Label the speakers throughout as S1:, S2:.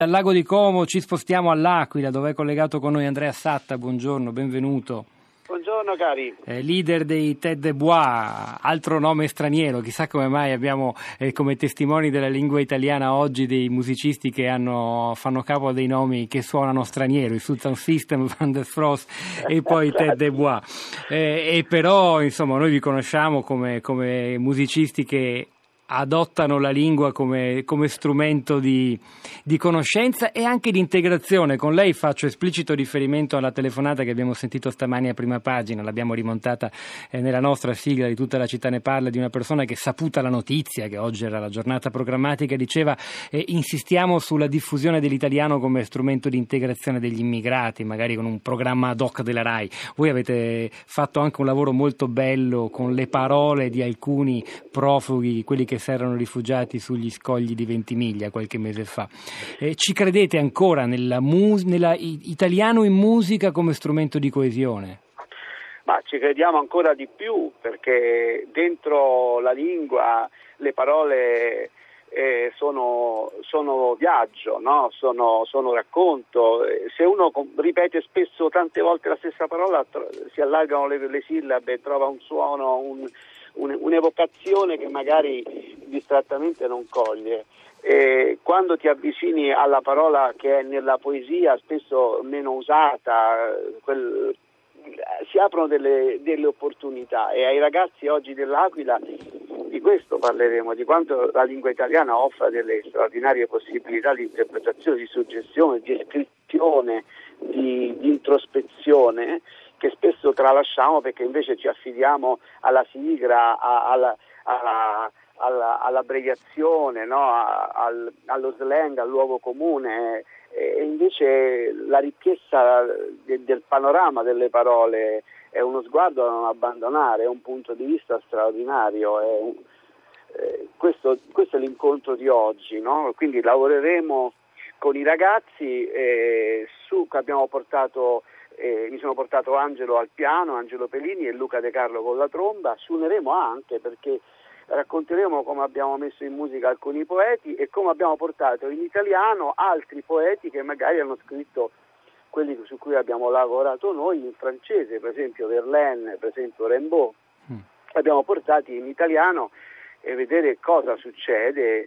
S1: Dal lago di Como ci spostiamo all'Aquila, dove è collegato con noi Andrea Satta. Buongiorno, benvenuto.
S2: Buongiorno cari.
S1: Leader dei Tête de Bois, altro nome straniero, chissà come mai abbiamo come testimoni della lingua italiana oggi dei musicisti che fanno capo a dei nomi che suonano straniero, il Sound System, Van der Frost e poi i Tête de Bois. E però insomma noi vi conosciamo come musicisti che adottano la lingua come strumento di conoscenza e anche di integrazione. Con lei faccio esplicito riferimento alla telefonata che abbiamo sentito stamani a Prima Pagina, l'abbiamo rimontata nella nostra sigla di Tutta la città ne parla, di una persona che, saputa la notizia che oggi era la giornata programmatica, diceva insistiamo sulla diffusione dell'italiano come strumento di integrazione degli immigrati, magari con un programma ad hoc della RAI. Voi avete fatto anche un lavoro molto bello con le parole di alcuni profughi, quelli che si erano rifugiati sugli scogli di Ventimiglia qualche mese fa. Ci credete ancora nella italiano in musica come strumento di coesione?
S2: Ma ci crediamo ancora di più, perché dentro la lingua le parole sono viaggio, no? Sono racconto. Se uno ripete spesso tante volte la stessa parola, si allargano le sillabe, trova un suono, un'evocazione che magari distrattamente non coglie. Quando ti avvicini alla parola che è nella poesia, spesso meno usata, si aprono delle opportunità, e ai ragazzi oggi dell'Aquila di questo parleremo, di quanto la lingua italiana offra delle straordinarie possibilità di interpretazione, di suggestione, di espressione, di introspezione, che spesso tralasciamo perché invece ci affidiamo alla sigla, all'abbreviazione, no? allo slang, al luogo comune, e invece la ricchezza del panorama delle parole è uno sguardo da non abbandonare, è un punto di vista straordinario. Questo è l'incontro di oggi, no? Quindi lavoreremo con i ragazzi, abbiamo portato mi sono portato Angelo al piano, Angelo Pelini, e Luca De Carlo con la tromba. Suoneremo anche, perché racconteremo come abbiamo messo in musica alcuni poeti e come abbiamo portato in italiano altri poeti che magari hanno scritto quelli su cui abbiamo lavorato noi in francese, per esempio Verlaine, per esempio Rimbaud. Abbiamo portati in italiano e vedere cosa succede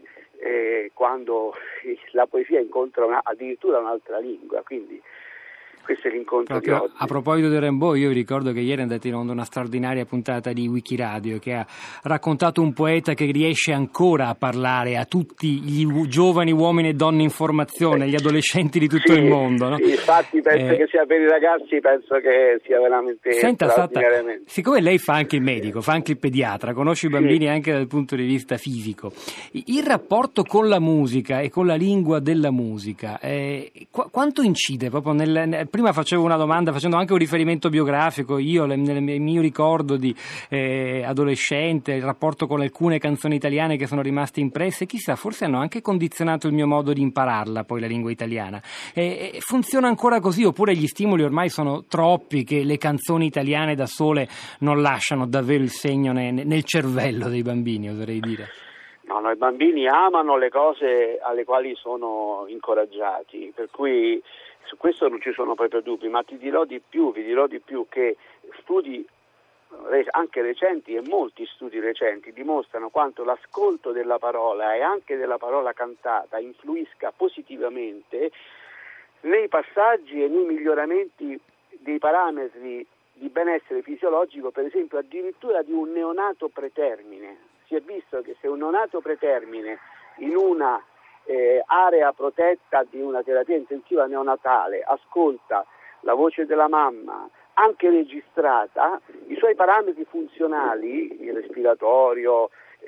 S2: quando la poesia incontra addirittura un'altra lingua. Quindi questo è l'incontro
S1: proprio
S2: di oggi.
S1: A proposito di Rimbaud, io vi ricordo che ieri è andata in onda una straordinaria puntata di Wikiradio che ha raccontato un poeta che riesce ancora a parlare a tutti gli giovani uomini e donne in formazione, gli adolescenti di tutto il mondo, no?
S2: Sì, infatti penso che sia per i ragazzi, penso che sia veramente straordinariamente.
S1: Siccome lei fa anche il medico, fa anche il pediatra, conosce i bambini anche dal punto di vista fisico, il rapporto con la musica e con la lingua della musica quanto incide proprio prima facevo una domanda facendo anche un riferimento biografico, io nel mio ricordo di adolescente, il rapporto con alcune canzoni italiane che sono rimaste impresse, chissà, forse hanno anche condizionato il mio modo di impararla poi la lingua italiana. Funziona ancora così, oppure gli stimoli ormai sono troppi che le canzoni italiane da sole non lasciano davvero il segno nel cervello dei bambini, oserei dire?
S2: No, i bambini amano le cose alle quali sono incoraggiati, per cui su questo non ci sono proprio dubbi, ma vi dirò di più che studi anche recenti, e molti studi recenti, dimostrano quanto l'ascolto della parola e anche della parola cantata influisca positivamente nei passaggi e nei miglioramenti dei parametri di benessere fisiologico, per esempio addirittura di un neonato pretermine. Si è visto che se un neonato pretermine in una area protetta di una terapia intensiva neonatale ascolta la voce della mamma, anche registrata, i suoi parametri funzionali, il respiratorio,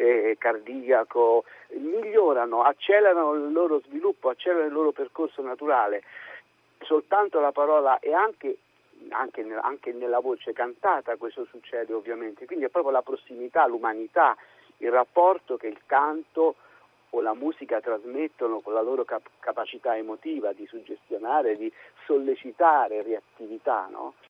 S2: cardiaco, migliorano, accelerano il loro sviluppo, accelerano il loro percorso naturale. Soltanto la parola e anche nella voce cantata questo succede, ovviamente. Quindi è proprio la prossimità, l'umanità, il rapporto che il canto o la musica trasmettono con la loro capacità emotiva di suggestionare, di sollecitare reattività, no?